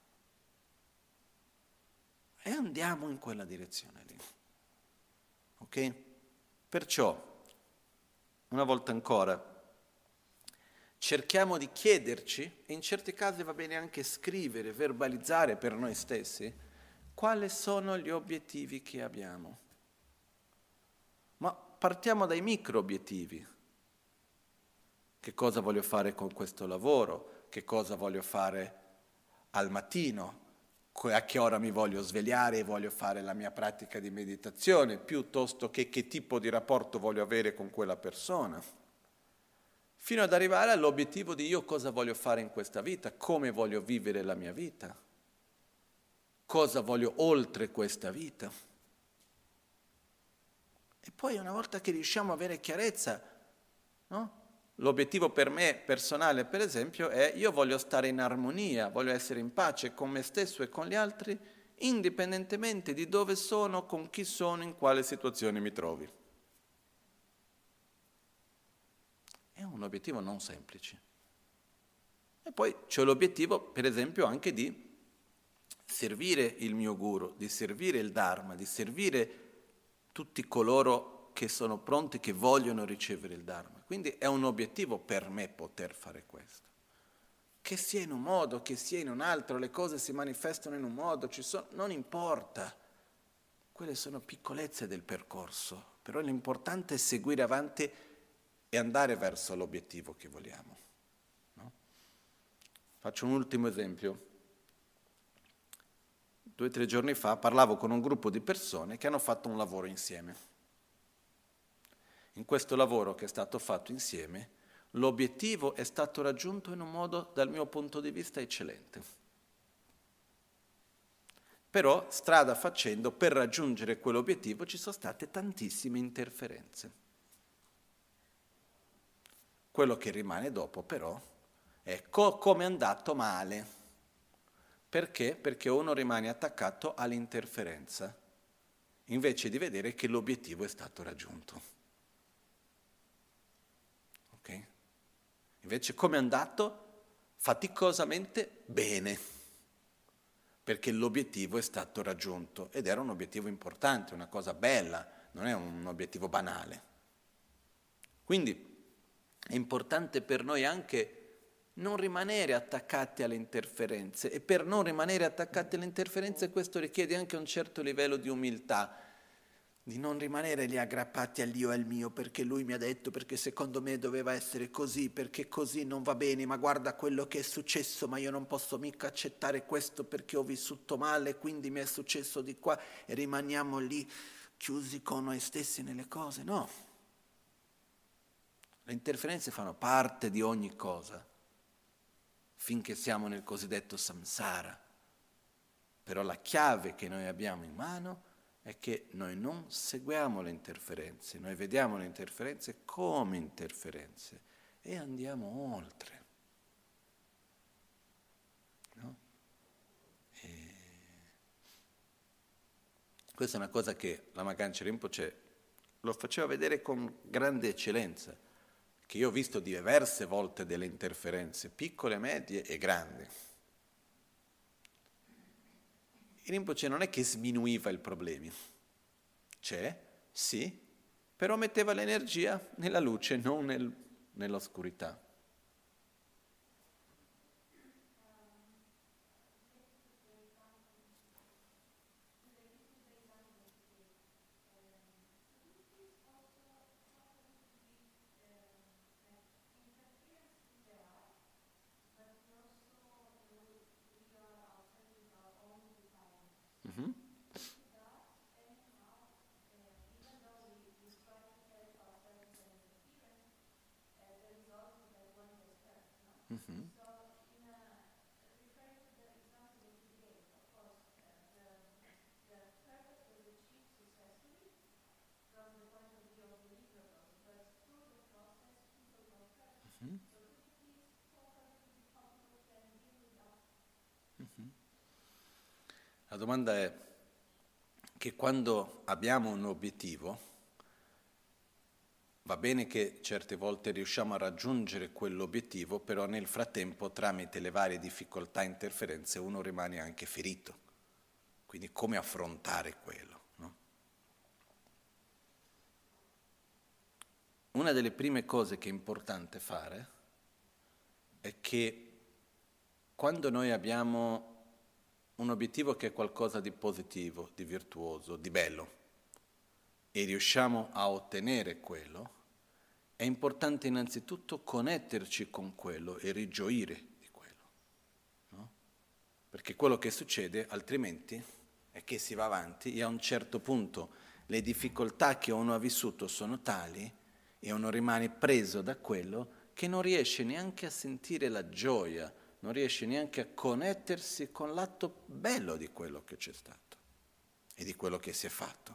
E andiamo in quella direzione lì. Ok? Perciò, una volta ancora, cerchiamo di chiederci, e in certi casi va bene anche scrivere, verbalizzare per noi stessi, quali sono gli obiettivi che abbiamo. Ma partiamo dai micro obiettivi. Che cosa voglio fare con questo lavoro? Che cosa voglio fare al mattino? A che ora mi voglio svegliare e voglio fare la mia pratica di meditazione, piuttosto che che tipo di rapporto voglio avere con quella persona. Fino ad arrivare all'obiettivo di io cosa voglio fare in questa vita, come voglio vivere la mia vita, cosa voglio oltre questa vita. E poi una volta che riusciamo ad avere chiarezza, no? L'obiettivo per me personale, per esempio, è io voglio stare in armonia, voglio essere in pace con me stesso e con gli altri, indipendentemente di dove sono, con chi sono, in quale situazione mi trovi. È un obiettivo non semplice. E poi c'è l'obiettivo, per esempio, anche di servire il mio guru, di servire il Dharma, di servire tutti coloro che sono pronti, che vogliono ricevere il Dharma. Quindi è un obiettivo per me poter fare questo. Che sia in un modo, che sia in un altro, le cose si manifestano in un modo, ci sono, non importa. Quelle sono piccolezze del percorso, però l'importante è seguire avanti e andare verso l'obiettivo che vogliamo. No? Faccio un ultimo esempio. Due o tre giorni fa parlavo con un gruppo di persone che hanno fatto un lavoro insieme. In questo lavoro che è stato fatto insieme, l'obiettivo è stato raggiunto in un modo, dal mio punto di vista, eccellente. Però, strada facendo, per raggiungere quell'obiettivo ci sono state tantissime interferenze. Quello che rimane dopo, però, è co- come è andato male. Perché? Perché uno rimane attaccato all'interferenza, invece di vedere che l'obiettivo è stato raggiunto. Ok? Invece come è andato? Faticosamente bene, perché l'obiettivo è stato raggiunto ed era un obiettivo importante, una cosa bella, non è un obiettivo banale. Quindi è importante per noi anche non rimanere attaccati alle interferenze, e per non rimanere attaccati alle interferenze questo richiede anche un certo livello di umiltà, di non rimanere lì aggrappati all'io e al mio, perché lui mi ha detto, perché secondo me doveva essere così, perché così non va bene, ma guarda quello che è successo, ma io non posso mica accettare questo perché ho vissuto male, quindi mi è successo di qua, e rimaniamo lì chiusi con noi stessi nelle cose. No, le interferenze fanno parte di ogni cosa, finché siamo nel cosiddetto samsara. Però la chiave che noi abbiamo in mano è che noi non seguiamo le interferenze, noi vediamo le interferenze come interferenze e andiamo oltre. No? E questa è una cosa che Lama Kanchen Rinpoche lo faceva vedere con grande eccellenza, che io ho visto diverse volte delle interferenze, piccole, medie e grandi. Il Rinpoche non è che sminuiva i problemi, c'è, sì, però metteva l'energia nella luce, non nel, nell'oscurità. Mm-hmm. Mm-hmm. La domanda è che quando abbiamo un obiettivo, va bene che certe volte riusciamo a raggiungere quell'obiettivo, però nel frattempo tramite le varie difficoltà e interferenze uno rimane anche ferito. Quindi come affrontare quello? No? Una delle prime cose che è importante fare è che quando noi abbiamo un obiettivo che è qualcosa di positivo, di virtuoso, di bello, e riusciamo a ottenere quello, è importante innanzitutto connetterci con quello e rigioire di quello. No? Perché quello che succede altrimenti è che si va avanti e a un certo punto le difficoltà che uno ha vissuto sono tali e uno rimane preso da quello che non riesce neanche a sentire la gioia, non riesce neanche a connettersi con l'atto bello di quello che c'è stato e di quello che si è fatto.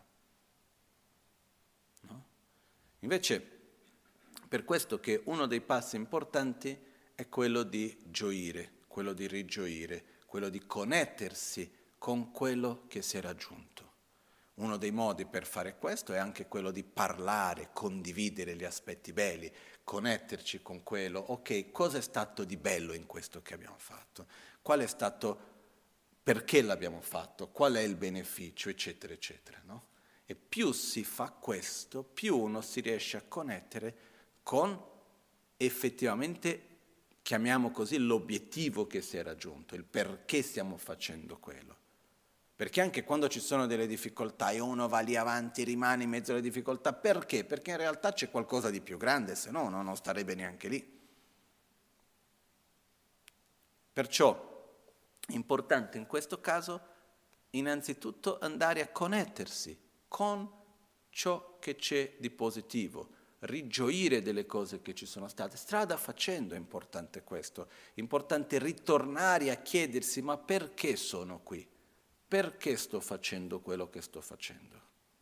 No? Invece, per questo che uno dei passi importanti è quello di gioire, quello di rigioire, quello di connettersi con quello che si è raggiunto. Uno dei modi per fare questo è anche quello di parlare, condividere gli aspetti belli, connetterci con quello, ok, cosa è stato di bello in questo che abbiamo fatto? Qual è stato, perché l'abbiamo fatto? Qual è il beneficio, eccetera, eccetera, no? E più si fa questo, più uno si riesce a connettere con effettivamente, chiamiamo così, l'obiettivo che si è raggiunto, il perché stiamo facendo quello. Perché anche quando ci sono delle difficoltà e uno va lì avanti, rimane in mezzo alle difficoltà, perché? Perché in realtà c'è qualcosa di più grande, se no uno non starebbe neanche lì. Perciò è importante in questo caso innanzitutto andare a connettersi con ciò che c'è di positivo, rigioire delle cose che ci sono state. Strada facendo è importante questo, è importante ritornare a chiedersi ma perché sono qui? Perché sto facendo quello che sto facendo?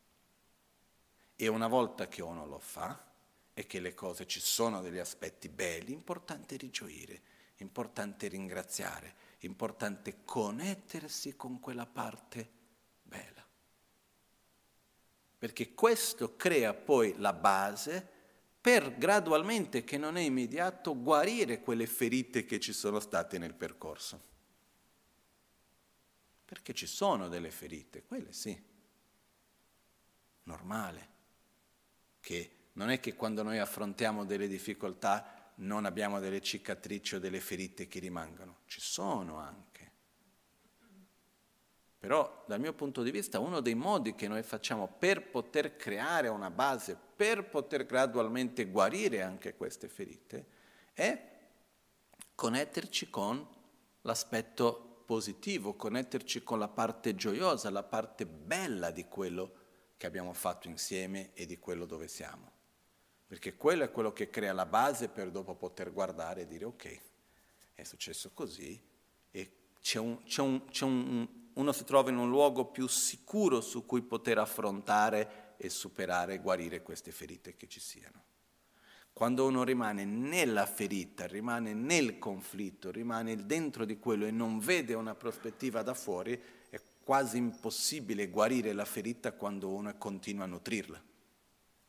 E una volta che uno lo fa e che le cose ci sono degli aspetti belli, è importante rigioire, è importante ringraziare, è importante connettersi con quella parte bella. Perché questo crea poi la base per gradualmente, che non è immediato, guarire quelle ferite che ci sono state nel percorso. Perché ci sono delle ferite, quelle sì, normale, che non è che quando noi affrontiamo delle difficoltà non abbiamo delle cicatrici o delle ferite che rimangono, ci sono anche. Però dal mio punto di vista uno dei modi che noi facciamo per poter creare una base, per poter gradualmente guarire anche queste ferite, è connetterci con l'aspetto positivo, connetterci con la parte gioiosa, la parte bella di quello che abbiamo fatto insieme e di quello dove siamo. Perché quello è quello che crea la base per dopo poter guardare e dire ok, è successo così e c'è un, c'è un, c'è un, uno si trova in un luogo più sicuro su cui poter affrontare e superare e guarire queste ferite che ci siano. Quando uno rimane nella ferita, rimane nel conflitto, rimane dentro di quello e non vede una prospettiva da fuori, è quasi impossibile guarire la ferita quando uno continua a nutrirla.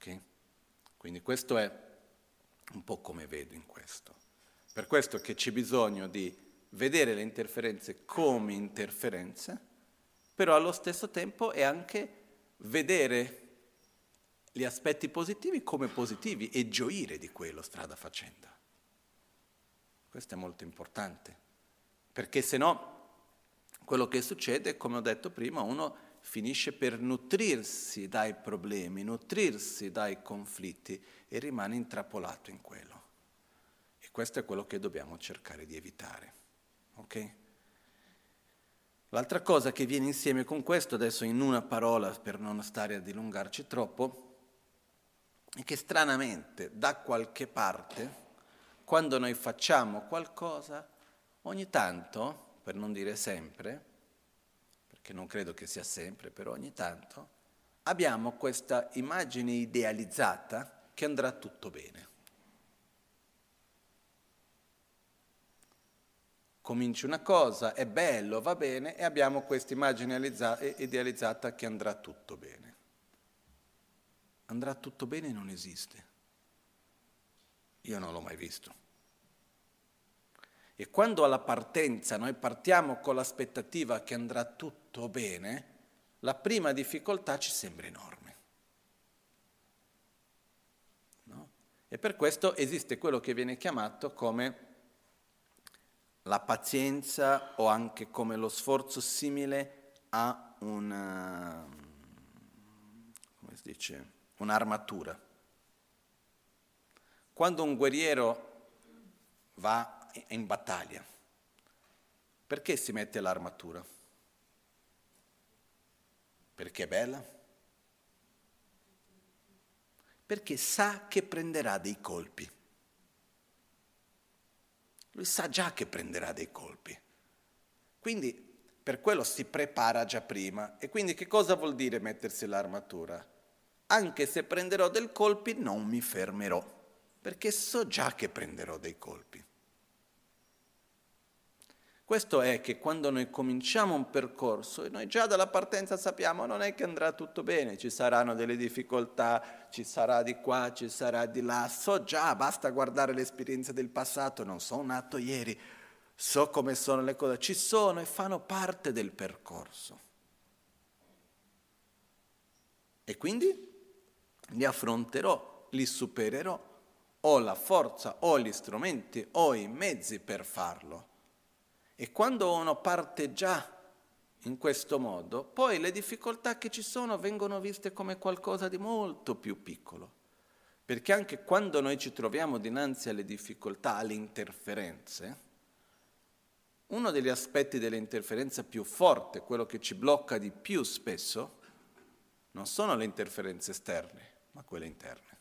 Ok? Quindi questo è un po' come vedo in questo. Per questo che c'è bisogno di vedere le interferenze come interferenze, però allo stesso tempo è anche vedere gli aspetti positivi come positivi e gioire di quello strada facendo. Questo è molto importante, perché se no quello che succede, come ho detto prima, uno finisce per nutrirsi dai problemi, nutrirsi dai conflitti e rimane intrappolato in quello. E questo è quello che dobbiamo cercare di evitare. Ok? L'altra cosa che viene insieme con questo, adesso in una parola per non stare a dilungarci troppo, è che stranamente da qualche parte, quando noi facciamo qualcosa, ogni tanto, per non dire sempre, perché non credo che sia sempre, però ogni tanto, abbiamo questa immagine idealizzata che andrà tutto bene. Cominci una cosa, è bello, va bene, e abbiamo questa immagine idealizzata che andrà tutto bene. Andrà tutto bene non esiste. Io non l'ho mai visto. E quando alla partenza noi partiamo con l'aspettativa che andrà tutto bene, la prima difficoltà ci sembra enorme. No? E per questo esiste quello che viene chiamato come la pazienza o anche come lo sforzo simile a una, come si dice, un'armatura. Quando un guerriero va in battaglia, perché si mette l'armatura? Perché è bella? Perché sa che prenderà dei colpi. Lui sa già che prenderà dei colpi. Quindi per quello si prepara già prima. E quindi che cosa vuol dire mettersi l'armatura? Anche se prenderò dei colpi non mi fermerò, perché so già che prenderò dei colpi. Questo è che quando noi cominciamo un percorso, e noi già dalla partenza sappiamo non è che andrà tutto bene, ci saranno delle difficoltà, ci sarà di qua, ci sarà di là, so già, basta guardare l'esperienza del passato, non sono nato ieri, so come sono le cose, ci sono e fanno parte del percorso. E quindi li affronterò, li supererò, ho la forza, ho gli strumenti, ho i mezzi per farlo. E quando uno parte già in questo modo, poi le difficoltà che ci sono vengono viste come qualcosa di molto più piccolo. Perché anche quando noi ci troviamo dinanzi alle difficoltà, alle interferenze, uno degli aspetti dell'interferenza più forte, quello che ci blocca di più spesso, non sono le interferenze esterne, ma quelle interne.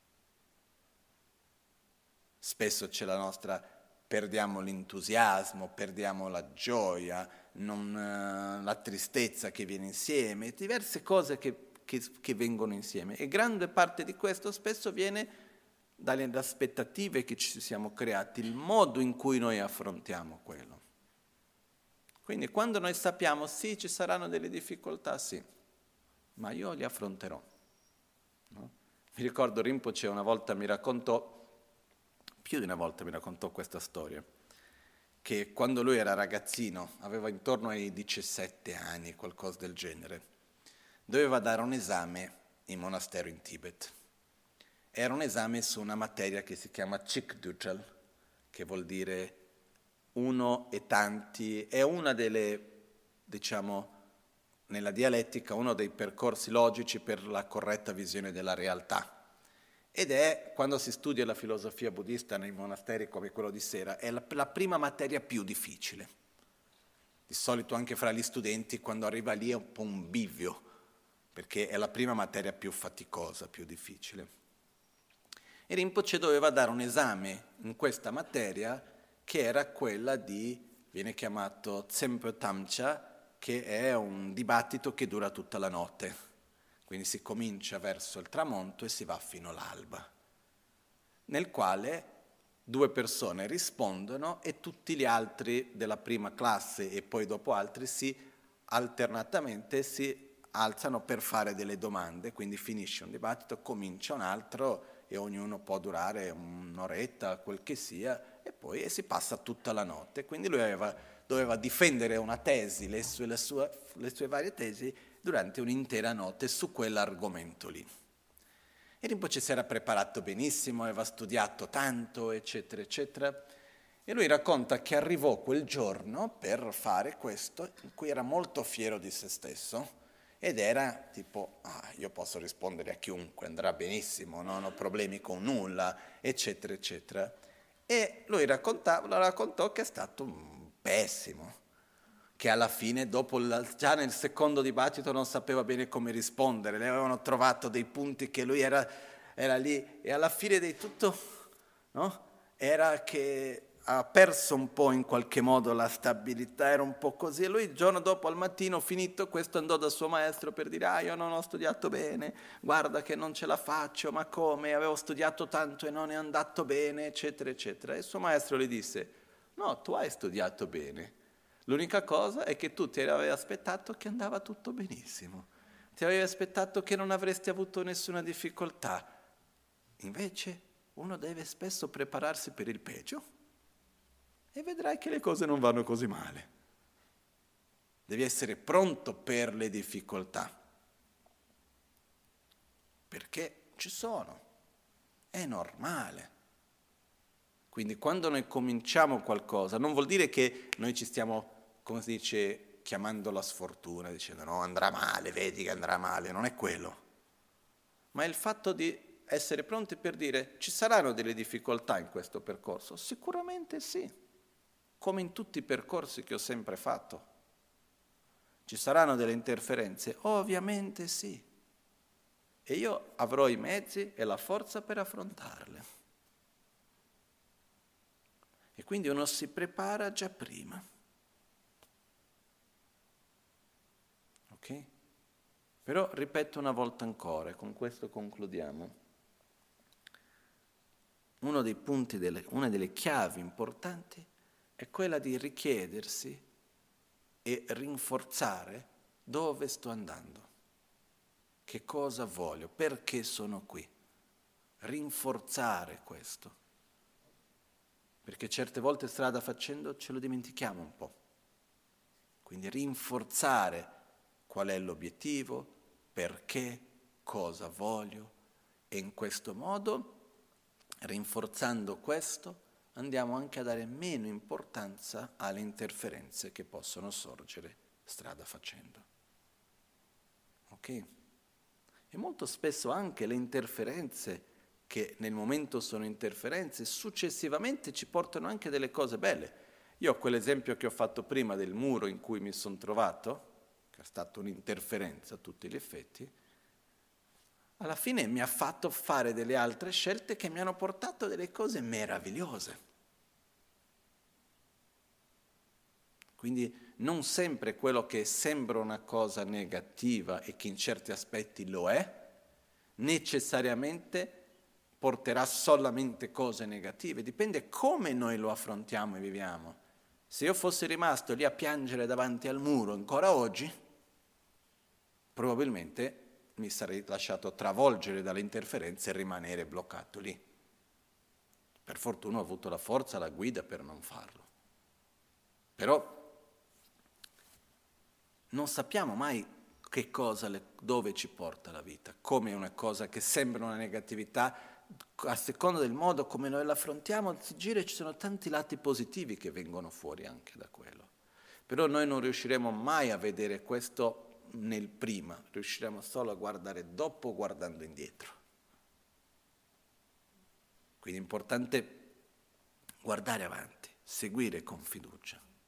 Spesso c'è la nostra... perdiamo l'entusiasmo, perdiamo la gioia, non, uh, la tristezza che viene insieme, diverse cose che, che, che vengono insieme. E grande parte di questo spesso viene dalle aspettative che ci siamo creati, il modo in cui noi affrontiamo quello. Quindi quando noi sappiamo, sì, ci saranno delle difficoltà, sì, ma io li affronterò. No? Mi ricordo Rinpoche una volta mi raccontò, più di una volta mi raccontò questa storia, che quando lui era ragazzino, aveva intorno ai diciassette anni, qualcosa del genere, doveva dare un esame in monastero in Tibet. Era un esame su una materia che si chiama Chikdujal, che vuol dire uno e tanti, è una delle, diciamo, nella dialettica, uno dei percorsi logici per la corretta visione della realtà. Ed è, quando si studia la filosofia buddista nei monasteri come quello di Sera, è la, la prima materia più difficile. Di solito anche fra gli studenti, quando arriva lì è un po' un bivio, perché è la prima materia più faticosa, più difficile. E Rinpoche doveva dare un esame in questa materia che era quella di, viene chiamato Tsempo Tamcha, che è un dibattito che dura tutta la notte. Quindi si comincia verso il tramonto e si va fino all'alba, nel quale due persone rispondono e tutti gli altri della prima classe e poi dopo altri si alternatamente si alzano per fare delle domande, quindi finisce un dibattito, comincia un altro e ognuno può durare un'oretta, quel che sia, e poi si passa tutta la notte. Quindi lui aveva, doveva difendere una tesi, le sue, le, sue, le sue varie tesi, durante un'intera notte su quell'argomento lì. E Rinpoche si era preparato benissimo, aveva studiato tanto, eccetera, eccetera. E lui racconta che arrivò quel giorno per fare questo, in cui era molto fiero di se stesso, ed era tipo, ah, io posso rispondere a chiunque, andrà benissimo, non ho problemi con nulla, eccetera, eccetera. E lui raccontava, lo raccontò che è stato pessimo, che alla fine, dopo il, già nel secondo dibattito non sapeva bene come rispondere, le avevano trovato dei punti che lui era, era lì, e alla fine di tutto, no? Era che ha perso un po' in qualche modo la stabilità, era un po' così, e lui il giorno dopo al mattino, finito questo, andò dal suo maestro per dire, ah, io non ho studiato bene, guarda che non ce la faccio, ma come, avevo studiato tanto e non è andato bene, eccetera, eccetera. E il suo maestro gli disse, no, tu hai studiato bene, l'unica cosa è che tu ti avevi aspettato che andava tutto benissimo, ti avevi aspettato che non avresti avuto nessuna difficoltà, invece uno deve spesso prepararsi per il peggio, e vedrai che le cose non vanno così male. Devi essere pronto per le difficoltà, perché ci sono, è normale. Quindi quando noi cominciamo qualcosa, non vuol dire che noi ci stiamo, come si dice, chiamando la sfortuna, dicendo no, andrà male, vedi che andrà male, non è quello. Ma è il fatto di essere pronti per dire, ci saranno delle difficoltà in questo percorso? Sicuramente sì. Come in tutti i percorsi che ho sempre fatto. Ci saranno delle interferenze? Ovviamente sì. E io avrò i mezzi e la forza per affrontarle. E quindi uno si prepara già prima. Ok? Però ripeto una volta ancora, e con questo concludiamo. Uno dei punti, delle, una delle chiavi importanti è quella di richiedersi e rinforzare dove sto andando, che cosa voglio, perché sono qui. Rinforzare questo, perché certe volte strada facendo ce lo dimentichiamo un po'. Quindi rinforzare qual è l'obiettivo, perché, cosa voglio, e in questo modo, rinforzando questo, andiamo anche a dare meno importanza alle interferenze che possono sorgere strada facendo. Ok? E molto spesso anche le interferenze, che nel momento sono interferenze, successivamente ci portano anche delle cose belle. Io ho quell'esempio che ho fatto prima del muro in cui mi sono trovato, che è stata un'interferenza a tutti gli effetti, alla fine mi ha fatto fare delle altre scelte che mi hanno portato delle cose meravigliose. Quindi non sempre quello che sembra una cosa negativa e che in certi aspetti lo è, necessariamente porterà solamente cose negative. Dipende come noi lo affrontiamo e viviamo. Se io fossi rimasto lì a piangere davanti al muro ancora oggi, probabilmente mi sarei lasciato travolgere dalle interferenze e rimanere bloccato lì. Per fortuna ho avuto la forza, la guida per non farlo. Però non sappiamo mai che cosa, dove ci porta la vita, come una cosa che sembra una negatività, a seconda del modo come noi la affrontiamo, si gira e ci sono tanti lati positivi che vengono fuori anche da quello. Però noi non riusciremo mai a vedere questo nel prima, riusciremo solo a guardare dopo guardando indietro. Quindi è importante guardare avanti, seguire con fiducia.